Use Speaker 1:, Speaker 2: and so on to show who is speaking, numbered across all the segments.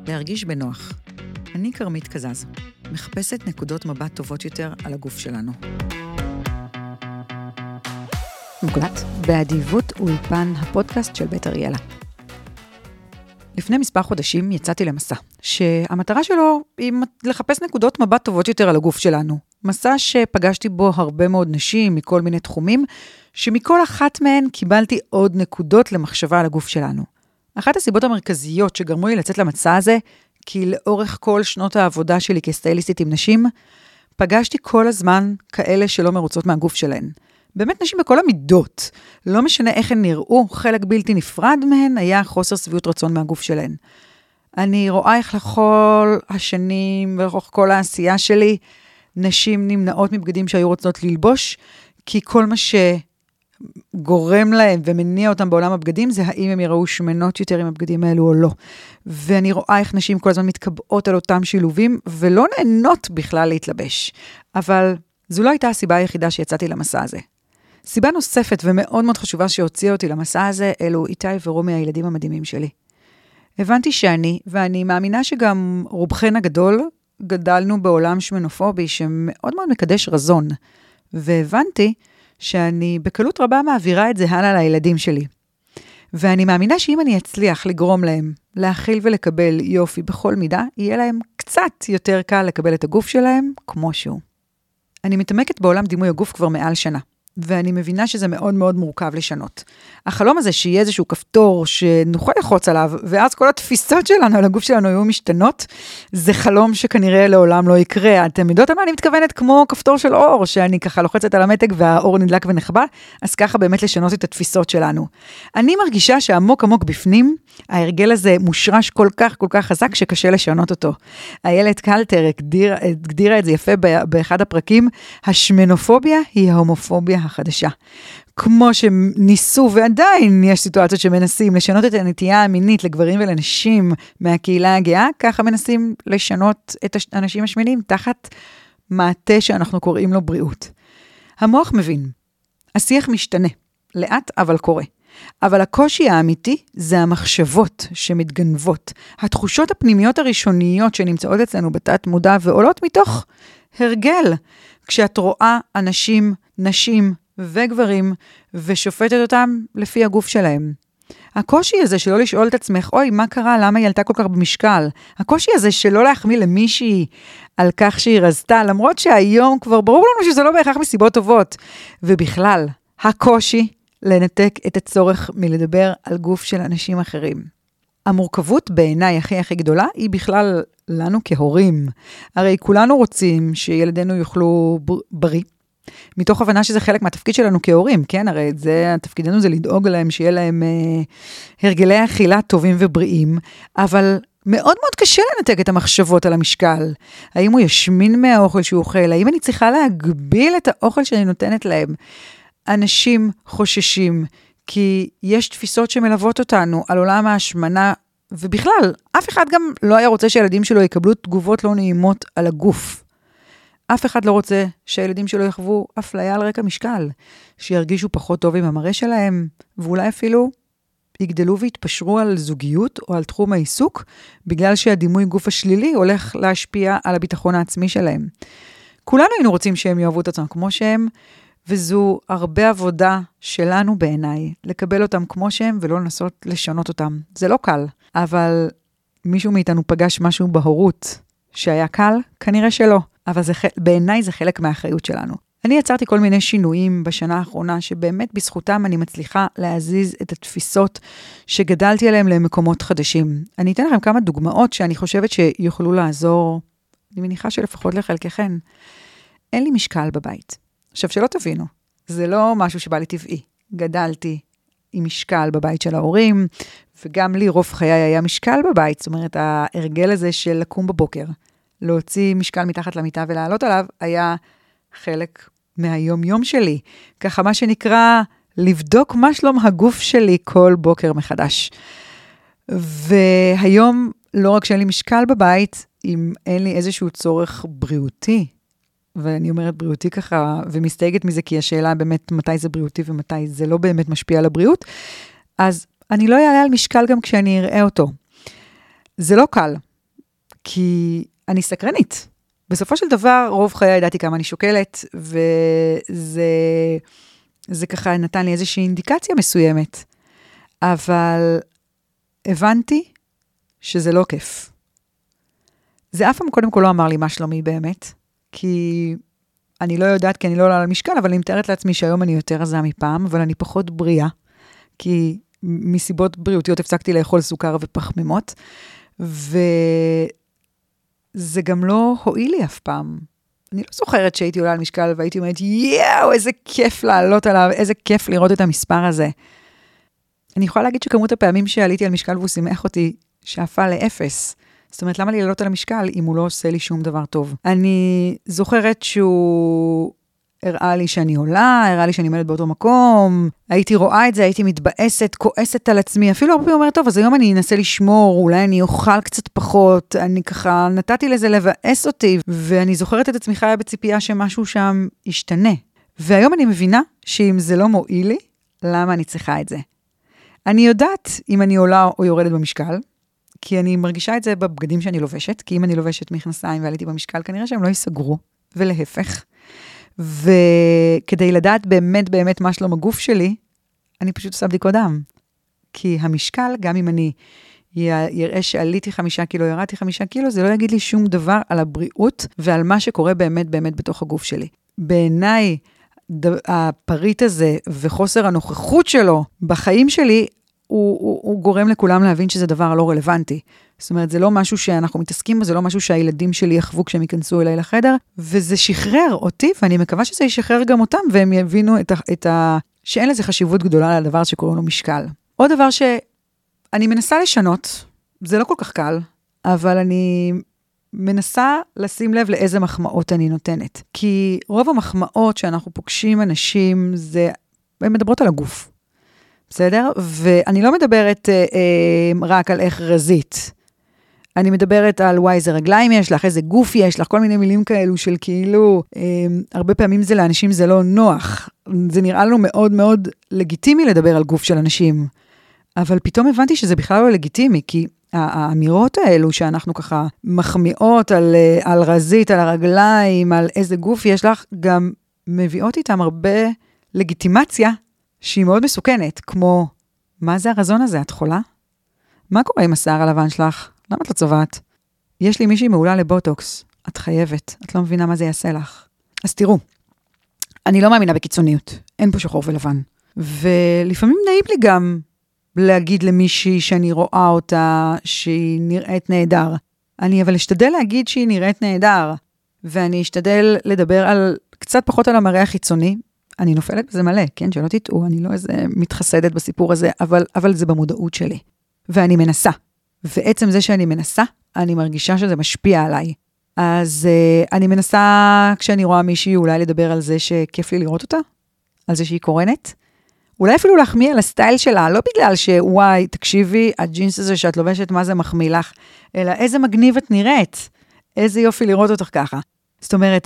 Speaker 1: להרגיש בנוח. אני קרמית קזז, מחפשת נקודות מבט טובות יותר על הגוף שלנו. מוקלט באדיבות אולפן הפודקאסט של בית אריאלה. לפני מספר חודשים יצאתי למסע, שהמטרה שלו היא לחפש נקודות מבט טובות יותר על הגוף שלנו. מסע שפגשתי בו הרבה מאוד נשים מכל מיני תחומים, שמכל אחת מהן קיבלתי עוד נקודות למחשבה על הגוף שלנו. אחת הסיבות המרכזיות שגרמו לי לצאת למסע הזה, כי לאורך כל שנות העבודה שלי כסטייליסטית עם נשים, פגשתי כל הזמן כאלה שלא מרוצות מהגוף שלהן. באמת נשים בכל המידות, לא משנה איך הן נראו, חלק בלתי נפרד מהן היה חוסר שביעות רצון מהגוף שלהן. אני רואה איך לכל השנים ולכל כל העשייה שלי, נשים נמנעות מבגדים שהיו רוצות ללבוש, כי כל מה שגורם להם ומניע אותם בעולם הבגדים, זה האם הם יראו שמנות יותר עם הבגדים האלו או לא. ואני רואה איך נשים כל הזמן מתקבעות על אותם שילובים, ולא נהנות בכלל להתלבש. אבל זו לא הייתה הסיבה היחידה שיצאתי למסע הזה. סיבה נוספת ומאוד מאוד חשובה שהוציאה אותי למסע הזה, אלו איתי ורומי הילדים המדהימים שלי. הבנתי ואני מאמינה שגם רובכן הגדול, גדלנו בעולם שמנופובי שמאוד מאוד מקדש רזון, והבנתי שאני בקלות רבה מעבירה את זה הלאה לילדים שלי. ואני מאמינה שאם אני אצליח לגרום להם להכיל ולקבל יופי בכל מידה, יהיה להם קצת יותר קל לקבל את הגוף שלהם כמו שהוא. אני מתעמקת בעולם דימוי הגוף כבר מעל שנה, ואני מבינה שזה מאוד מאוד מורכב לשנות. החלום הזה שיהיה איזשהו כפתור שנוכל לחוץ עליו, ואז כל התפיסות שלנו על הגוף שלנו יהיו משתנות, זה חלום שכנראה לעולם לא יקרה. אתם יודעות על מה אני מתכוונת? כמו כפתור של אור, שאני ככה לוחצת על המתג והאור נדלק ונחבא, אז ככה באמת לשנות את התפיסות שלנו. אני מרגישה שעמוק עמוק בפנים, ההרגל הזה מושרש כל כך חזק שקשה לשנות אותו. איילת קלטר הגדירה את זה יפה באחד הפרקים, השמנופוביה היא ההומופוביה החדשה. כמו שניסו ועדיין יש סיטואציות שמנסים לשנות את הנטייה המינית לגברים ולנשים מהקהילה הגאה, ככה מנסים לשנות את האנשים השמנים תחת מעטה שאנחנו קוראים לו בריאות. המוח מבין, השיח משתנה, לאט אבל קורה. אבל הקושי האמיתי זה המחשבות שמתגנבות, התחושות הפנימיות הראשוניות שנמצאות אצלנו בתת מודע ועולות מתוך הרגל. כשאת רואה אנשים, נשים וגברים ושופטת אותם לפי הגוף שלהם. הקושי הזה שלא לשאול את עצמך, אוי, מה קרה? למה היא עלתה כל כך במשקל? הקושי הזה שלא להחמיא למישהי על כך שהיא רזתה, למרות שהיום כבר ברור לנו שזה לא בהכרח מסיבות טובות. ובכלל, הקושי לנתק את הצורך מלדבר על גוף של אנשים אחרים. המורכבות בעיניי הכי גדולה היא בכלל לנו כהורים. הרי כולנו רוצים שילדינו יאכלו בריא, מתוך הבנה שזה חלק מהתפקיד שלנו כהורים, כן? הרי התפקידנו זה לדאוג להם, שיהיה להם הרגלי אכילה טובים ובריאים, אבל מאוד מאוד קשה לנתק את המחשבות על המשקל. האם הוא ישמין מהאוכל שהוא אוכל? האם אני צריכה להגביל את האוכל שאני נותנת להם? אנשים חוששים, כי יש תפיסות שמלוות אותנו על עולם ההשמנה, ובכלל, אף אחד גם לא היה רוצה שהילדים שלו יקבלו תגובות לא נעימות על הגוף. אף אחד לא רוצה שהילדים שלו יחוו אפליה על רקע משקל, שירגישו פחות טוב עם המראה שלהם, ואולי אפילו יגדלו והתפשרו על זוגיות או על תחום העיסוק, בגלל שהדימוי גוף השלילי הולך להשפיע על הביטחון העצמי שלהם. כולנו היינו רוצים שהם יאהבו את עצמם כמו שהם, וזו הרבה עבודה שלנו בעיניי, לקבל אותם כמו שהם ולא לנסות לשנות אותם. זה לא קל, אבל מישהו מאיתנו פגש משהו בהורות שהיה קל? כנראה שלא. אבל בעיניי זה חלק מהאחריות שלנו. אני יצרתי כל מיני שינויים בשנה האחרונה, שבאמת בזכותם אני מצליחה להזיז את התפיסות שגדלתי עליהם למקומות חדשים. אני אתן לכם כמה דוגמאות שאני חושבת שיוכלו לעזור, אני מניחה שלפחות לחלקכן. אין לי משקל בבית. עכשיו שלא תבינו, זה לא משהו שבא לי טבעי. גדלתי עם משקל בבית של ההורים, וגם לי רוב חיי היה משקל בבית, זאת אומרת, ההרגל הזה של לקום בבוקר, להוציא משקל מתחת למיטה ולעלות עליו, היה חלק מהיום-יום שלי. ככה מה שנקרא, לבדוק מה שלום הגוף שלי כל בוקר מחדש. והיום, לא רק שאין לי משקל בבית, אם אין לי איזשהו צורך בריאותי, ואני אומרת בריאותי ככה, ומסתייגת מזה, כי השאלה באמת מתי זה בריאותי ומתי זה לא באמת משפיע על הבריאות, אז אני לא אעלה על משקל גם כשאני אראה אותו. זה לא קל. כי אני סקרנית. בסופו של דבר, רוב חיי ידעתי כמה אני שוקלת, וזה ככה נתן לי איזושהי אינדיקציה מסוימת. אבל הבנתי שזה לא כיף. זה אף פעם קודם כל לא אמר לי מה שלומי באמת, כי אני לא יודעת, כי אני לא עולה על המשקל, אבל אני מתארת לעצמי שהיום אני יותר רזה מפעם, אבל אני פחות בריאה, כי מסיבות בריאותיות הפסקתי לאכול סוכר ופחמימות, וזה גם לא הועיל לי אף פעם. אני לא זוכרת שהייתי עולה על משקל, והייתי אומרת, יאו, איזה כיף לעלות עליו, איזה כיף לראות את המספר הזה. אני יכולה להגיד שכמות הפעמים שעליתי על משקל והוא שימח אותי, שאפה לאפס. זאת אומרת, למה לי לעלות על המשקל אם הוא לא עושה לי שום דבר טוב? אני זוכרת שהוא הראה לי שאני עולה, הראה לי שאני עומדת באותו מקום, הייתי רואה את זה, הייתי מתבאסת, כועסת על עצמי, אפילו הרבה אומרת, טוב, אז היום אני אנסה לשמור, אולי אני אוכל קצת פחות, אני ככה נתתי לזה לבאס אותי, ואני זוכרת את עצמי חיה בציפייה שמשהו שם ישתנה. והיום אני מבינה שאם זה לא מועיל לי, למה אני צריכה את זה? אני יודעת אם אני עולה או יורדת במשקל, כי אני מרגישה את זה בבגדים שאני לובשת, כי אם אני לובשת מכנסיים ועליתי במשקל, כנראה שהם לא ייסגרו, ולהפך. וכדי לדעת באמת באמת מה שלום הגוף שלי, אני פשוט עושה בדיקות דם. כי המשקל, גם אם אני יראה שעליתי 5 קילו, ירדתי 5 קילו, זה לא יגיד לי שום דבר על הבריאות, ועל מה שקורה באמת באמת בתוך הגוף שלי. בעיניי, הפריט הזה וחוסר הנוכחות שלו בחיים שלי, הוא גורם לכולם להבין שזה דבר לא רלוונטי. זאת אומרת, זה לא משהו שאנחנו מתעסקים בו, זה לא משהו שהילדים שלי יחוו כשהם ייכנסו אליי לחדר, וזה שחרר אותי, ואני מקווה שזה ישחרר גם אותם, והם יבינו שאין לזה חשיבות גדולה לדבר שקוראים לו משקל. עוד דבר שאני מנסה לשנות, זה לא כל כך קל, אבל אני מנסה לשים לב לאיזה מחמאות אני נותנת. כי רוב המחמאות שאנחנו פוגשים אנשים, הן מדברות על הגוף. בסדר? ואני לא מדברת רק על איך רזית. אני מדברת על וואי, איזה רגליים יש לך, איזה גוף יש לך, כל מיני מילים כאלו של כאילו, הרבה פעמים זה לאנשים זה לא נוח. זה נראה לנו מאוד מאוד לגיטימי לדבר על גוף של אנשים. אבל פתאום הבנתי שזה בכלל לא לגיטימי, כי האמירות האלו שאנחנו ככה מחמיאות על רזית, על הרגליים, על איזה גוף יש לך, גם מביאות איתם הרבה לגיטימציה, שהיא מאוד מסוכנת, כמו, מה זה הרזון הזה? את חולה? מה קורה עם השיער הלבן שלך? למה את לא צובעת? יש לי מישהי מעולה לבוטוקס. את חייבת. את לא מבינה מה זה יעשה לך. אז תראו, אני לא מאמינה בקיצוניות. אין פה שחור ולבן. ולפעמים נעים לי גם להגיד למישהי שאני רואה אותה, שהיא נראית נהדר. אני אבל אשתדל להגיד שהיא נראית נהדר. ואני אשתדל לדבר קצת פחות על המראה החיצוני, אני נופלת בזה מלא, כן, שלא תטעו, אני לא איזה מתחסדת בסיפור הזה, אבל זה במודעות שלי. ואני מנסה. ועצם זה שאני מנסה, אני מרגישה שזה משפיע עליי. אז אני מנסה, כשאני רואה מישהי, אולי לדבר על זה שכיף לי לראות אותה, על זה שהיא קורנת. אולי אפילו להחמיא על הסטייל שלה, לא בגלל שוואי, תקשיבי, הג'ינס הזה שאת לובשת, מה זה מחמיא לך, אלא איזה מגניב את נראית, איזה יופי לראות אותך ככה. זאת אומרת,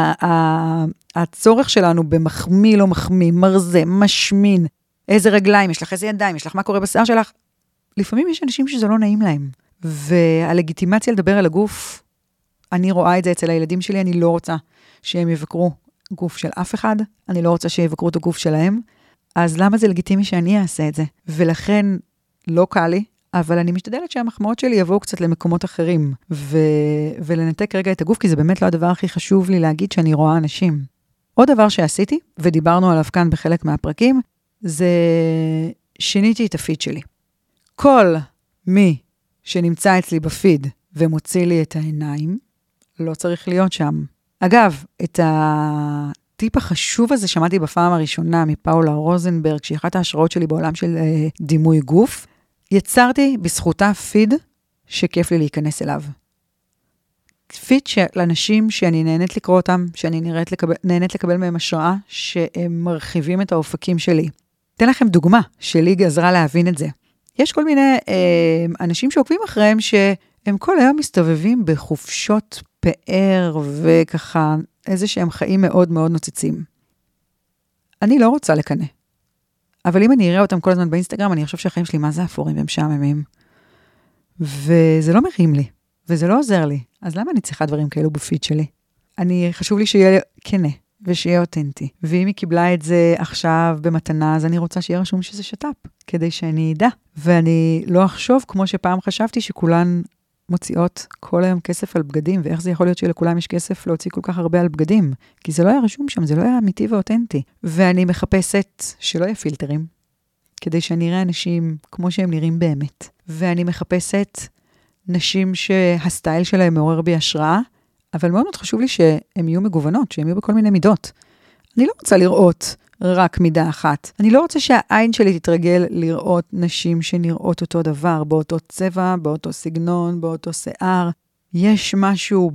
Speaker 1: הצורך שלנו במחמיא, לא מחמיא, מרזה, משמין, איזה רגליים יש לך, איזה ידיים יש לך, מה קורה בשיער שלך, לפעמים יש אנשים שזה לא נעים להם. והלגיטימציה לדבר על הגוף, אני רואה את זה אצל הילדים שלי, אני לא רוצה שהם יבקרו גוף של אף אחד, אני לא רוצה שיבקרו את הגוף שלהם, אז למה זה לגיטימי שאני אעשה את זה? ולכן לא קל לי, אבל אני משתדלת שהמחמאות שלי יבואו קצת למקומות אחרים, ולנתק רגע את הגוף, כי זה באמת לא הדבר הכי חשוב לי להגיד שאני רואה אנשים. עוד דבר שעשיתי, ודיברנו עליו כאן בחלק מהפרקים, זה שיניתי את הפיד שלי. כל מי שנמצא אצלי בפיד ומוציא לי את העיניים, לא צריך להיות שם. אגב, את הטיפ החשוב הזה שמעתי בפעם הראשונה מפאולה רוזנברג, שהיא אחת ההשראות שלי בעולם של דימוי גוף, יצרתי בזכותה פיד שכיף לי להיכנס אליו. פיד של אנשים שאני נהנית לקרוא אותם, שאני נהנית לקבל מהם השראה, שהם מרחיבים את האופקים שלי. אתן לכם דוגמה שלי עזרה להבין את זה. יש כל מיני אנשים שעוקבים אחריהם שהם כל היום מסתובבים בחופשות פאר וככה איזה שהם חיים מאוד מאוד נוצצים. אני לא רוצה לקנא. אבל אם אני אראה אותם כל הזמן באינסטגרם, אני חושב שהחיים שלי מה זה אפורים ומשעממים. וזה לא מרים לי. וזה לא עוזר לי. אז למה אני צריכה דברים כאלו בפיד שלי? חשוב לי שיהיה כנה, ושיהיה אותנטי. ואם היא קיבלה את זה עכשיו במתנה, אז אני רוצה שיהיה רשום שזה שטאפ, כדי שאני אדע. ואני לא אחשוב, כמו שפעם חשבתי, שכולן מוציאות כל היום כסף על בגדים, ואיך זה יכול להיות שלכולם יש כסף להוציא כל כך הרבה על בגדים? כי זה לא היה רשום שם, זה לא היה אמיתי ואותנטי. ואני מחפשת שלא יהיה פילטרים, כדי שאני אראה אנשים כמו שהם נראים באמת. ואני מחפשת נשים שהסטייל שלהם מעורר בי השראה, אבל מאוד מאוד חשוב לי שהן יהיו מגוונות, שהן יהיו בכל מיני מידות. אני לא רוצה לראות רק מידה אחת. אני לא רוצה שהעין שלי תתרגל לראות נשים שנראות אותו דבר, באותו צבע, באותו סגנון, באותו שיער. יש משהו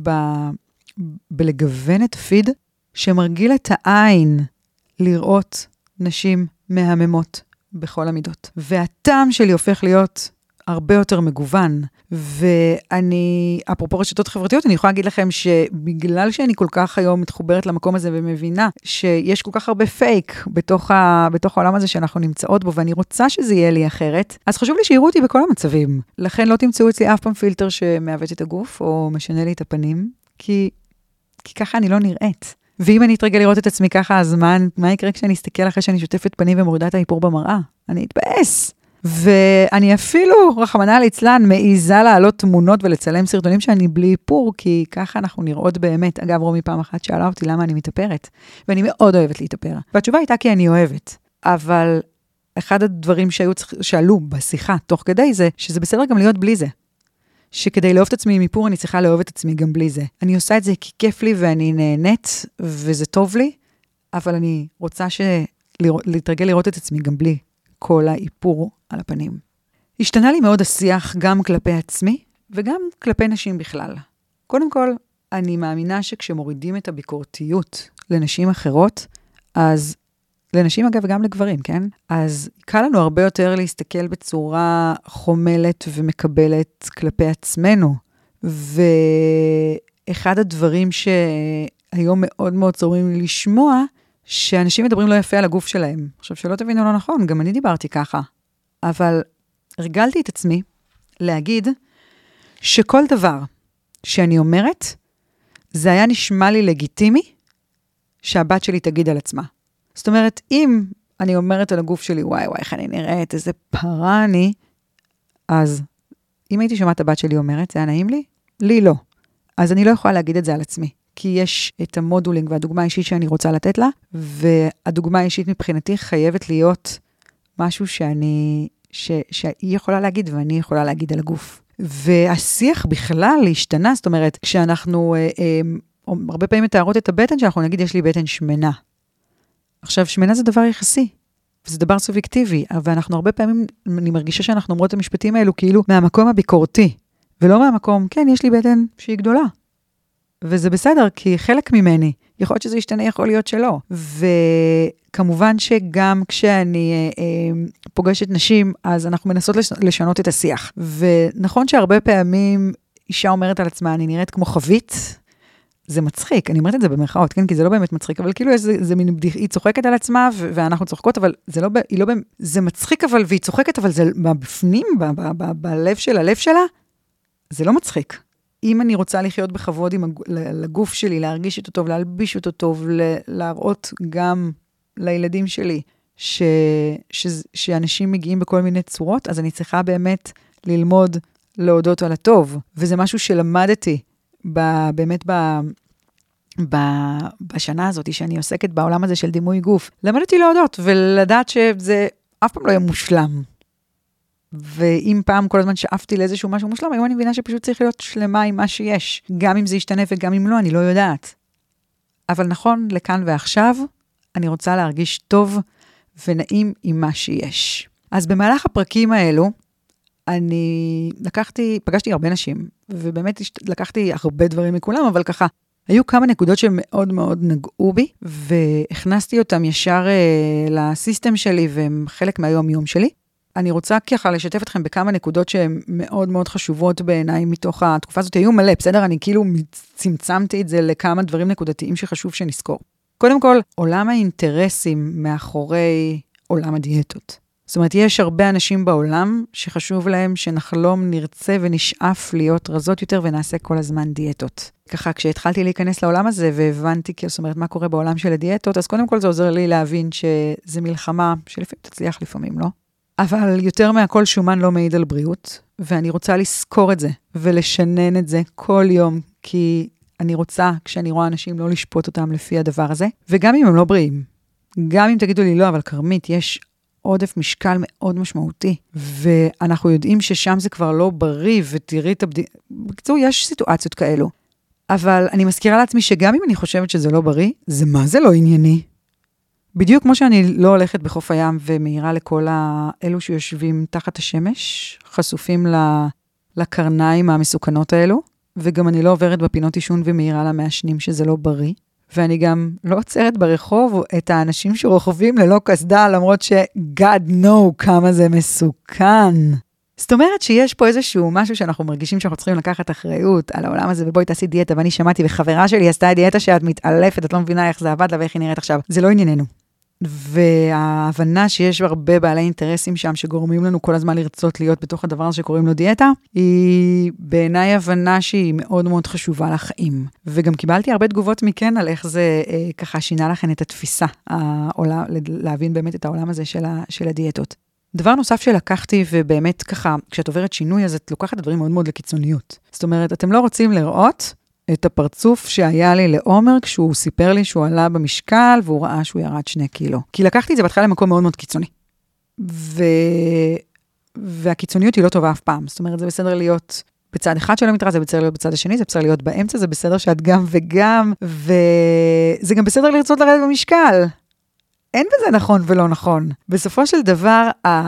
Speaker 1: בלגוון את הפיד, שמרגיל את העין לראות נשים מהממות בכל המידות. והטעם שלי הופך להיות הרבה יותר מגוון, ואני, אפרופו רשתות חברתיות, אני יכולה להגיד לכם שבגלל שאני כל כך היום מתחוברת למקום הזה ומבינה שיש כל כך הרבה פייק בתוך העולם הזה שאנחנו נמצאות בו, ואני רוצה שזה יהיה לי אחרת, אז חשוב לי שיראו אותי בכל המצבים. לכן לא תמצאו אצלי אף פעם פילטר שמעוות את הגוף או משנה לי את הפנים, כי ככה אני לא נראית. ואם אני אתרגל לראות את עצמי ככה, אז מה יקרה כשאני אסתכל אחרי שאני שוטפת פנים ומורידה את האיפור במראה? אני אתבאס. ואני אפילו, רחמנא ליצלן, מעיזה להעלות תמונות ולצלם סרטונים שאני בלי איפור, כי ככה אנחנו נראות באמת. אגב, רומי פעם אחת שאלה אותי למה אני מתאפרת, ואני מאוד אוהבת להתאפר. והתשובה הייתה כי אני אוהבת. אבל אחד הדברים שעלו בשיחה תוך כדי זה, שזה בסדר גם להיות בלי זה. שכדי לאהוב את עצמי עם איפור, אני צריכה לאהוב את עצמי גם בלי זה. אני עושה את זה כי כיף לי ואני נהנית, וזה טוב לי, אבל אני רוצה להתרגל לראות את עצמי גם בלי כל האיפור על הפנים. השתנה לי מאוד השיח גם כלפי עצמי, וגם כלפי נשים בכלל. קודם כל, אני מאמינה שכשמורידים את הביקורתיות לנשים אחרות, אז לנשים אגב גם לגברים, כן? אז קל לנו הרבה יותר להסתכל בצורה חומלת ומקבלת כלפי עצמנו. ואחד הדברים שהיום מאוד מאוד צורמים לי לשמוע, שאנשים מדברים לא יפה על הגוף שלהם. עכשיו שלא תבינו לא נכון, גם אני דיברתי ככה. אבל הרגלתי את עצמי להגיד שכל דבר שאני אומרת, זה היה נשמע לי לגיטימי שהבת שלי תגיד על עצמה. זאת אומרת, אם אני אומרת על הגוף שלי, וואי, איך אני נראית, איזה פרה אני, אז אם הייתי שומעת הבת שלי אומרת, זה היה נעים לי? לי לא. אז אני לא יכולה להגיד את זה על עצמי, כי יש את המודולינג והדוגמה האישית שאני רוצה לתת לה, והדוגמה האישית מבחינתי חייבת להיות משהו שהיא יכולה להגיד, ואני יכולה להגיד על הגוף. והשיח בכלל השתנה, זאת אומרת, כשאנחנו הרבה פעמים מתארות את הבטן, שאנחנו נגיד, יש לי בטן שמנה. עכשיו, שמנה זה דבר יחסי, וזה דבר סובייקטיבי, אבל אנחנו הרבה פעמים, אני מרגישה שאנחנו אומרות את המשפטים האלו, כאילו מהמקום הביקורתי, ולא מהמקום, כן, יש לי בטן שהיא גדולה. וזה בסדר, כי חלק ממני, יכול להיות שזה ישתנה, יכול להיות שלא. וכמובן שגם כשאני פוגשת נשים, אז אנחנו מנסות לשנות את השיח. ונכון שהרבה פעמים אישה אומרת על עצמה, אני נראית כמו חבית, זה מצחיק, אני אומרת את זה במרכאות, כן? כי זה לא באמת מצחיק, אבל כאילו זה מין בדיחה, היא צוחקת על עצמה, ואנחנו צוחקות, אבל זה לא, זה מצחיק, אבל, והיא צוחקת, אבל זה בפנים, בלב שלה, זה לא מצחיק. אם אני רוצה לחיות בכבוד לגוף שלי, להרגיש אותו טוב, להלביש אותו טוב, להראות גם לילדים שלי, שאנשים מגיעים בכל מיני צורות, אז אני צריכה באמת ללמוד להודות על הטוב. וזה משהו שלמדתי באמת בשנה הזאת, שאני עוסקת בעולם הזה של דימוי גוף. למדתי להודות ולדעת שזה אף פעם לא יהיה מושלם. ואם פעם כל הזמן שאפתי לאיזשהו משהו מושלם, היום אני מבינה שפשוט צריך להיות שלמה עם מה שיש. גם אם זה ישתנה וגם אם לא, אני לא יודעת. אבל נכון, לכאן ועכשיו, אני רוצה להרגיש טוב ונעים עם מה שיש. אז במהלך הפרקים האלו, פגשתי הרבה נשים, ובאמת לקחתי הרבה דברים מכולם, אבל ככה, היו כמה נקודות שמאוד מאוד נגעו בי, והכנסתי אותם ישר לסיסטם שלי, והם חלק מהיום-יום שלי. אני רוצה ככה לשתף אתכם בכמה נקודות שהן מאוד מאוד חשובות בעיניי מתוך התקופה הזאת. היו מלא, בסדר? אני כאילו צמצמתי את זה לכמה דברים נקודתיים שחשוב שנזכור. קודם כל, עולם האינטרסים מאחורי עולם הדיאטות. זאת אומרת, יש הרבה אנשים בעולם שחשוב להם שנחלום, נרצה ונשאף להיות רזות יותר ונעשה כל הזמן דיאטות. ככה, כשהתחלתי להיכנס לעולם הזה והבנתי, זאת אומרת, מה קורה בעולם של הדיאטות, אז קודם כל זה עוזר לי להבין שזה מלחמה שלפעמים תצליח, לפעמים לא. אבל יותר מהכל שומן לא מעיד על בריאות, ואני רוצה לזכור את זה ולשנן את זה כל יום, כי אני רוצה, כשאני רואה אנשים, לא לשפוט אותם לפי הדבר הזה, וגם אם הם לא בריאים. גם אם תגידו לי לא, אבל כרמית, יש עודף משקל מאוד משמעותי, ואנחנו יודעים ששם זה כבר לא בריא, ותראי את בקיצור, יש סיטואציות כאלו. אבל אני מזכירה לעצמי שגם אם אני חושבת שזה לא בריא, זה מה זה לא ענייני? בדיוק כמו שאני לא הולכת בחוף הים ומהירה לכל אלו שיושבים תחת השמש, חשופים לקרניים המסוכנות האלו, וגם אני לא עוברת בפינות עישון ומהירה למעשנים שזה לא בריא, ואני גם לא עוצרת ברחוב את האנשים שרוכבים ללא קסדה, למרות ש-God know כמה זה מסוכן. זאת אומרת שיש פה איזשהו משהו שאנחנו מרגישים שאנחנו צריכים לקחת אחריות על העולם הזה, ובואי תעשי דיאטה, ואני שמעתי, וחברה שלי עשתה דיאטה שאת מתעלפת, את לא מבינה איך זה עבד לה ואיך היא נראית עכשיו. זה לא ענייננו. וההבנה שיש הרבה בעלי אינטרסים שם שגורמים לנו כל הזמן לרצות להיות בתוך הדבר הזה שקוראים לו דיאטה, היא בעיניי הבנה שהיא מאוד מאוד חשובה לחיים. וגם קיבלתי הרבה תגובות מכן על איך זה ככה שינה לכן את התפיסה, להבין באמת את העולם הזה של הדיאטות. דבר נוסף שלקחתי, ובאמת ככה, כשאת עוברת שינוי, אז את לוקחת דברים מאוד מאוד לקיצוניות. זאת אומרת, אתם לא רוצים לראות את הפרצוף שהיה לי לעומר, כשהוא סיפר לי שהוא עלה במשקל, והוא ראה שהוא ירד 2 קילו. כי לקחתי את זה בהתחלה למקום מאוד מאוד קיצוני. והקיצוניות היא לא טובה אף פעם. זאת אומרת, זה בסדר להיות בצד אחד של המתרס, זה בסדר להיות בצד השני, זה בסדר להיות באמצע, זה בסדר שאת גם וגם, וזה גם בסדר לרצות לרדת במשקל. אין בזה נכון ולא נכון. בסופו של דבר,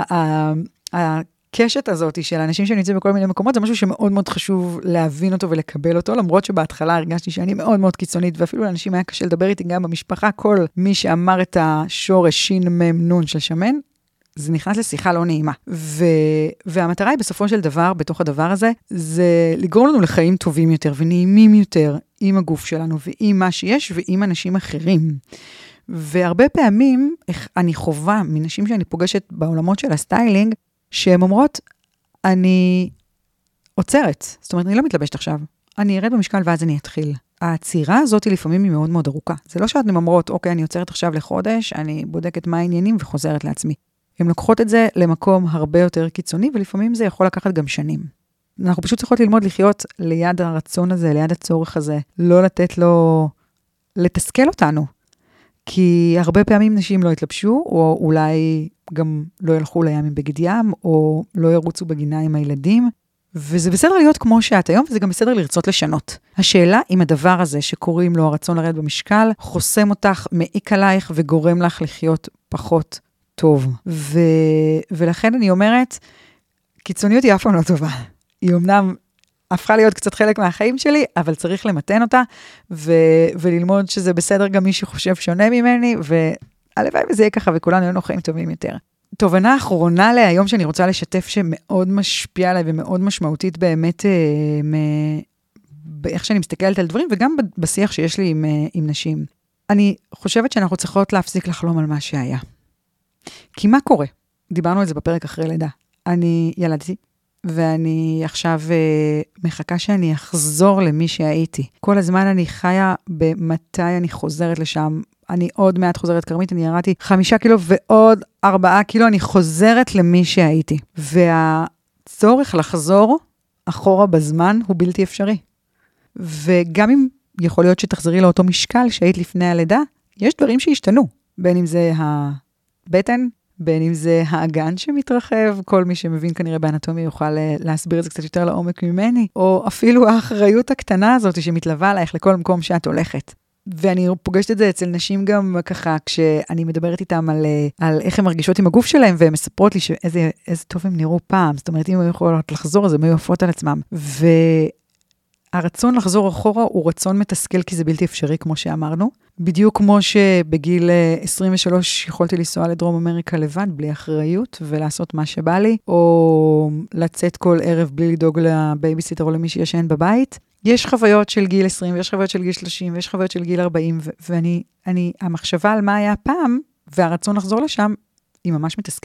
Speaker 1: הקשת הזאת של האנשים שנמצאים בכל מיני מקומות, זה משהו שמאוד מאוד חשוב להבין אותו ולקבל אותו, למרות שבהתחלה הרגשתי שאני מאוד מאוד קיצונית, ואפילו לאנשים היה קשה לדבר איתי גם במשפחה, כל מי שאמר את השורש שין מם נון של שמן, זה נכנס לשיחה לא נעימה. והמטרה היא בסופו של דבר, בתוך הדבר הזה, זה לגרום לנו לחיים טובים יותר ונעימים יותר עם הגוף שלנו, ועם מה שיש ועם אנשים אחרים. והרבה פעמים אני חובה מנשים שאני פוגשת בעולמות של הסטיילינג, שהן אומרות, אני עוצרת. זאת אומרת, אני לא מתלבשת עכשיו. אני ארד במשקל ואז אני אתחיל. העצירה הזאת לפעמים היא מאוד מאוד ארוכה. זה לא שאתן אומרות, אוקיי, אני עוצרת עכשיו לחודש, אני בודקת מה העניינים וחוזרת לעצמי. הן לוקחות את זה למקום הרבה יותר קיצוני, ולפעמים זה יכול לקחת גם שנים. אנחנו פשוט צריכות ללמוד לחיות ליד הרצון הזה, ליד הצורך הזה, לא לתת לו, לתסכל אותנו. כי הרבה פעמים נשים לא התלבשו, או אולי גם לא ילכו לים עם בגד ים, או לא ירוצו בגינה עם הילדים, וזה בסדר להיות כמו שאת היום, וזה גם בסדר לרצות לשנות. השאלה אם הדבר הזה שקוראים לו הרצון לרדת במשקל, חוסם אותך, מעיק עלייך וגורם לך לחיות פחות טוב. ולכן אני אומרת, קיצוניות היא אף פעם לא טובה. היא אמנם הפכה להיות קצת חלק מהחיים שלי, אבל צריך למתן אותה, וללמוד שזה בסדר גם מי שחושב שונה ממני, והלוואי וזה יהיה ככה, וכולנו יהיו חיים טובים יותר. תובנה האחרונה להיום שאני רוצה לשתף, שמאוד משפיעה עליי, ומאוד משמעותית באמת, באיך שאני מסתכלת על דברים, וגם בשיח שיש לי עם נשים. אני חושבת שאנחנו צריכות להפסיק לחלום על מה שהיה. כי מה קורה? דיברנו על זה בפרק אחרי לידה. אני ילדתי, ואני עכשיו מחכה שאני אחזור למי שהייתי. כל הזמן אני חיה במתי אני חוזרת לשם. אני עוד מעט חוזרת כרמית, אני ירדתי 5 קילו ועוד 4 קילו, אני חוזרת למי שהייתי. והצורך לחזור אחורה בזמן הוא בלתי אפשרי. וגם אם יכול להיות שתחזרי לאותו משקל שהיית לפני הלידה, יש דברים שהשתנו. בין אם זה הבטן, בין אם זה האגן שמתרחב, כל מי שמבין כנראה באנטומיה יוכל להסביר את זה קצת יותר לעומק ממני, או אפילו האחריות הקטנה הזאת שמתלווה עלייך לכל מקום שאת הולכת. ואני פוגשת את זה אצל נשים גם ככה, כשאני מדברת איתם על איך הן מרגישות עם הגוף שלהם, והן מספרות לי שאיזה טוב הם נראו פעם. זאת אומרת, אם הם יכולות לחזור, אז הם היו יפות על עצמם. והרצון לחזור אחורה הוא רצון מתסכל, כי זה בלתי אפשרי, כמו שאמרנו. בדיוק כמו שבגיל 23 יכולתי לנסוע לדרום אמריקה לבד, בלי אחריות, ולעשות מה שבא לי, או לצאת כל ערב בלי לדאוג לבייביסיטר או למי שישן בבית. יש חוויות של גיל 20, ויש חוויות של גיל 30, ויש חוויות של גיל 40, המחשבה על מה היה פעם, והרצון לחזור לשם, היא ממש מתסכלת.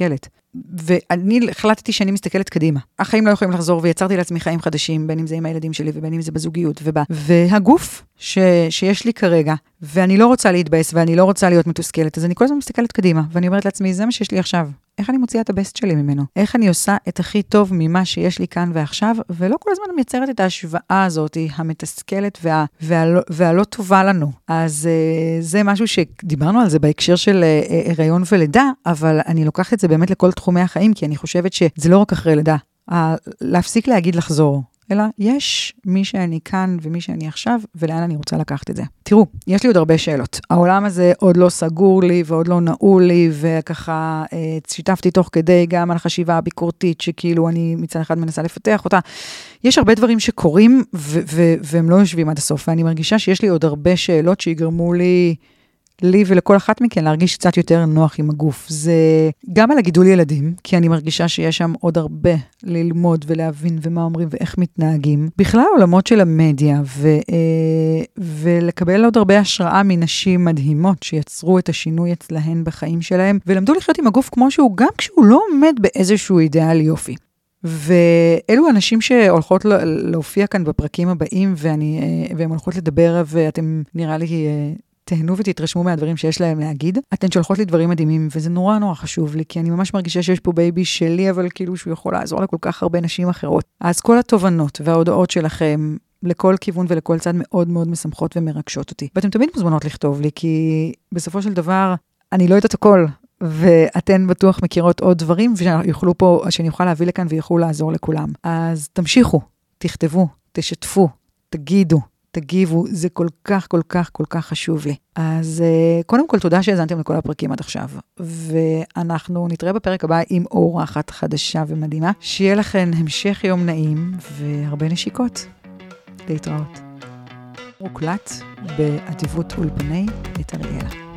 Speaker 1: ואני החלטתי שאני מסתכלת קדימה. החיים לא יכולים לחזור, ויצרתי לעצמי חיים חדשים, בין אם זה עם הילדים שלי, ובין אם זה בזוגיות, והגוף שיש לי כרגע, ואני לא רוצה להתבאס, ואני לא רוצה להיות מתוסכלת, אז אני כל הזמן מסתכלת קדימה, ואני אומרת לעצמי, זה מה שיש לי עכשיו. איך אני מוציאה את הבסט שלי ממנו? איך אני עושה את הכי טוב ממה שיש לי כאן ועכשיו, ולא כל הזמן מייצרת את ההשוואה הזאת, המתסכלת והלא טובה לנו. אז זה משהו שדיברנו על זה בהקשר של הריון ולידה, אבל אני לוקחת את זה באמת לכל תחומי החיים, כי אני חושבת שזה לא רק אחרי לידה. להפסיק להגיד לחזור, אלא יש מי שאני כאן ומי שאני עכשיו, ולאן אני רוצה לקחת את זה. תראו, יש לי עוד הרבה שאלות. העולם הזה עוד לא סגור לי, ועוד לא נעול לי, וככה שיתפתי תוך כדי גם על חשיבה הביקורתית, שכאילו אני מצד אחד מנסה לפתח אותה. יש הרבה דברים שקורים, והם לא יושבים עד הסוף, ואני מרגישה שיש לי עוד הרבה שאלות שיגרמו לי ולכל אחת מכן להרגיש קצת יותר נוח עם הגוף. זה גם על הגידול ילדים, כי אני מרגישה שיש שם עוד הרבה ללמוד ולהבין ומה אומרים ואיך מתנהגים. בכלל עולמות של המדיה, ולקבל עוד הרבה השראה מנשים מדהימות שיצרו את השינוי אצלהן בחיים שלהם, ולמדו לחיות עם הגוף כמו שהוא, גם כשהוא לא עומד באיזשהו אידאל יופי. ואלו אנשים שהולכות להופיע כאן בפרקים הבאים, והם הולכות לדבר, ואתם נראה לי תהנו ותתרשמו מהדברים שיש להם להגיד. אתן שולחות לי דברים מדהימים, וזה נורא נורא חשוב לי, כי אני ממש מרגישה שיש פה בייבי שלי, אבל כאילו שהוא יכול לעזור לכל כך הרבה נשים אחרות. אז כל התובנות וההודעות שלכם, לכל כיוון ולכל צד מאוד מאוד משמחות ומרגשות אותי. ואתם תמיד מוזמנות לכתוב לי, כי בסופו של דבר, אני לא יודעת הכל, ואתן בטוח מכירות עוד דברים, שיוכלו פה, שאני אוכל להביא לכאן ויוכלו לעזור לכולם. אז תמשיכו, תכתבו, תשתפו, תגידו, תגיבו, זה כל כך, כל כך, כל כך חשוב לי. אז קודם כל, תודה שהזנתם לכל הפרקים עד עכשיו, ואנחנו נתראה בפרק הבא עם אורחת חדשה ומדהימה. שיהיה לכן המשך יום נעים והרבה נשיקות. להתראות. מוקלט באדיבות אולפני בית אריאלה.